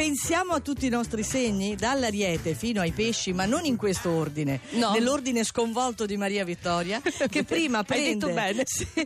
Pensiamo a tutti i nostri segni, dall'Ariete fino ai pesci, ma non in questo ordine, nell'ordine sconvolto di Maria Vittoria, che prima prende... Hai detto bene.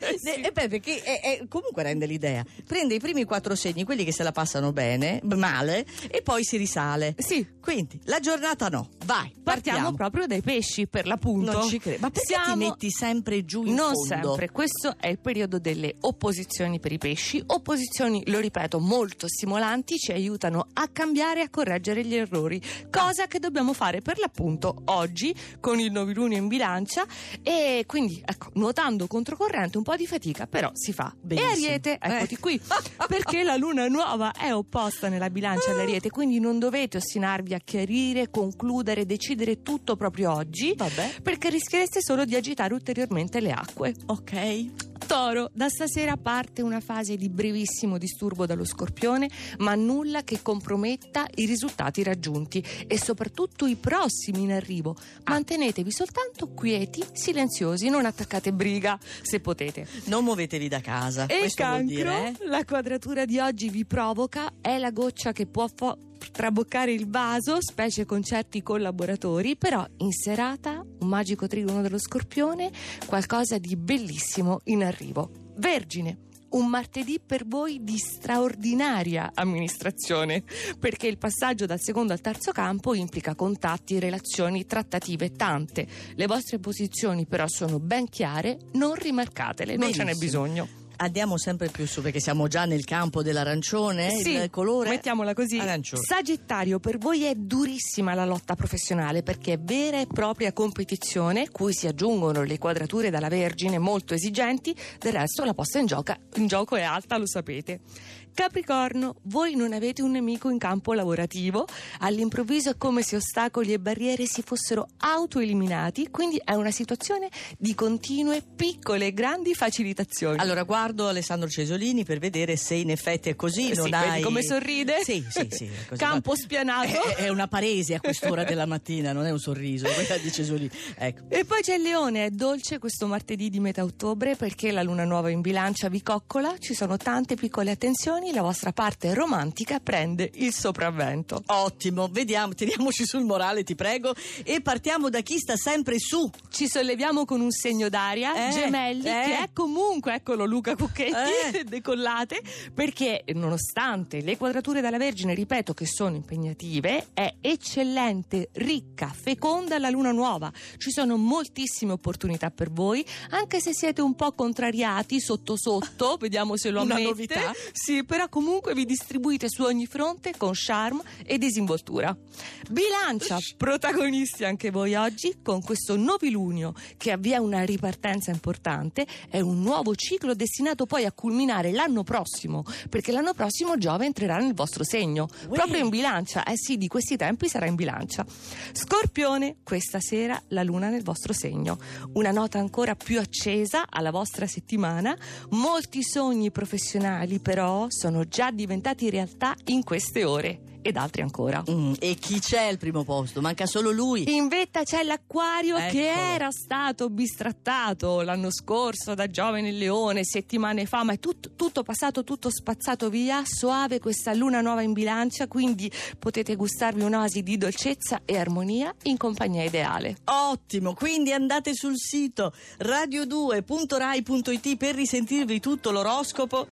Perché comunque rende l'idea. Prende i primi 4 segni, quelli che se la passano bene, male, e poi si risale. Sì. Quindi, la giornata no. Vai, Partiamo proprio dai pesci, per l'appunto. Non ci credo. Ma perché ti metti sempre giù in non fondo? sempre, questo è il periodo delle opposizioni per i pesci. Opposizioni, lo ripeto, molto stimolanti, ci aiutano a cambiare e a correggere gli errori, cosa che dobbiamo fare per l'appunto oggi con il novilunio in Bilancia, e quindi ecco, nuotando controcorrente, un po' di fatica, però si fa. Benissimo. E Ariete, eccoti qui, perché la luna nuova è opposta nella Bilancia all'Ariete, quindi non dovete ostinarvi a chiarire, concludere, decidere tutto proprio oggi. Vabbè. Perché rischiereste solo di agitare ulteriormente le acque. Ok. Toro, da stasera parte una fase di brevissimo disturbo dallo Scorpione, ma nulla che comprometta i risultati raggiunti e soprattutto i prossimi in arrivo. Mantenetevi soltanto quieti, silenziosi, non attaccate briga se potete. Non muovetevi da casa. E questo Cancro, vuol dire, la quadratura di oggi vi provoca, è la goccia che può traboccare il vaso, specie con certi collaboratori, però in serata un magico trigono dello Scorpione, qualcosa di bellissimo in arrivo. Vergine, un martedì per voi di straordinaria amministrazione, perché il passaggio dal secondo al terzo campo implica contatti, relazioni, trattative tante. Le vostre posizioni però sono ben chiare, non rimarcatele, non ce n'è bisogno. Andiamo sempre più su, perché siamo già nel campo dell'arancione. Sì, il colore, mettiamola così. Arancione. Sagittario, per voi è durissima la lotta professionale, perché è vera e propria competizione, cui si aggiungono le quadrature dalla Vergine molto esigenti. Del resto la posta in gioco è alta, lo sapete. Capricorno, voi non avete un nemico in campo lavorativo, all'improvviso è come se ostacoli e barriere si fossero autoeliminati, quindi è una situazione di continue piccole e grandi facilitazioni. Allora guardo Alessandro Cesolini per vedere se in effetti è così. Non sì, hai... vedi come sorride? Sì, è così. Campo spianato. È una paresi a quest'ora della mattina, non è un sorriso, quella di Cesolini. Ecco. E poi c'è il Leone, è dolce questo martedì di metà ottobre, perché la luna nuova in Bilancia vi coccola, ci sono tante piccole attenzioni, la vostra parte romantica prende il sopravvento. Ottimo, vediamo, tiriamoci sul morale, ti prego, e partiamo da chi sta sempre su. Ci solleviamo con un segno d'aria, Gemelli, che è comunque, eccolo Luca Cucchetti, decollate, perché nonostante le quadrature dalla Vergine, ripeto, che sono impegnative, è eccellente, ricca, feconda la luna nuova. Ci sono moltissime opportunità per voi, anche se siete un po' contrariati sotto, vediamo se lo ammette. Una novità. Sì, però comunque vi distribuite su ogni fronte con charme e disinvoltura. Bilancia, protagonisti anche voi oggi con questo novilunio che avvia una ripartenza importante. È un nuovo ciclo destinato poi a culminare l'anno prossimo, perché l'anno prossimo Giove entrerà nel vostro segno, proprio in Bilancia. Sì, di questi tempi sarà in Bilancia. Scorpione, questa sera la luna nel vostro segno, una nota ancora più accesa alla vostra settimana. Molti sogni professionali però sono già diventati realtà in queste ore, ed altri ancora. E chi c'è al primo posto? Manca solo lui. In vetta c'è l'Acquario. Eccolo. Che era stato bistrattato l'anno scorso da Giove nel Leone, settimane fa, ma è tutto passato, tutto spazzato via. Soave questa luna nuova in Bilancia, quindi potete gustarvi un'oasi di dolcezza e armonia in compagnia ideale. Ottimo, quindi andate sul sito radio2.rai.it per risentirvi tutto l'oroscopo.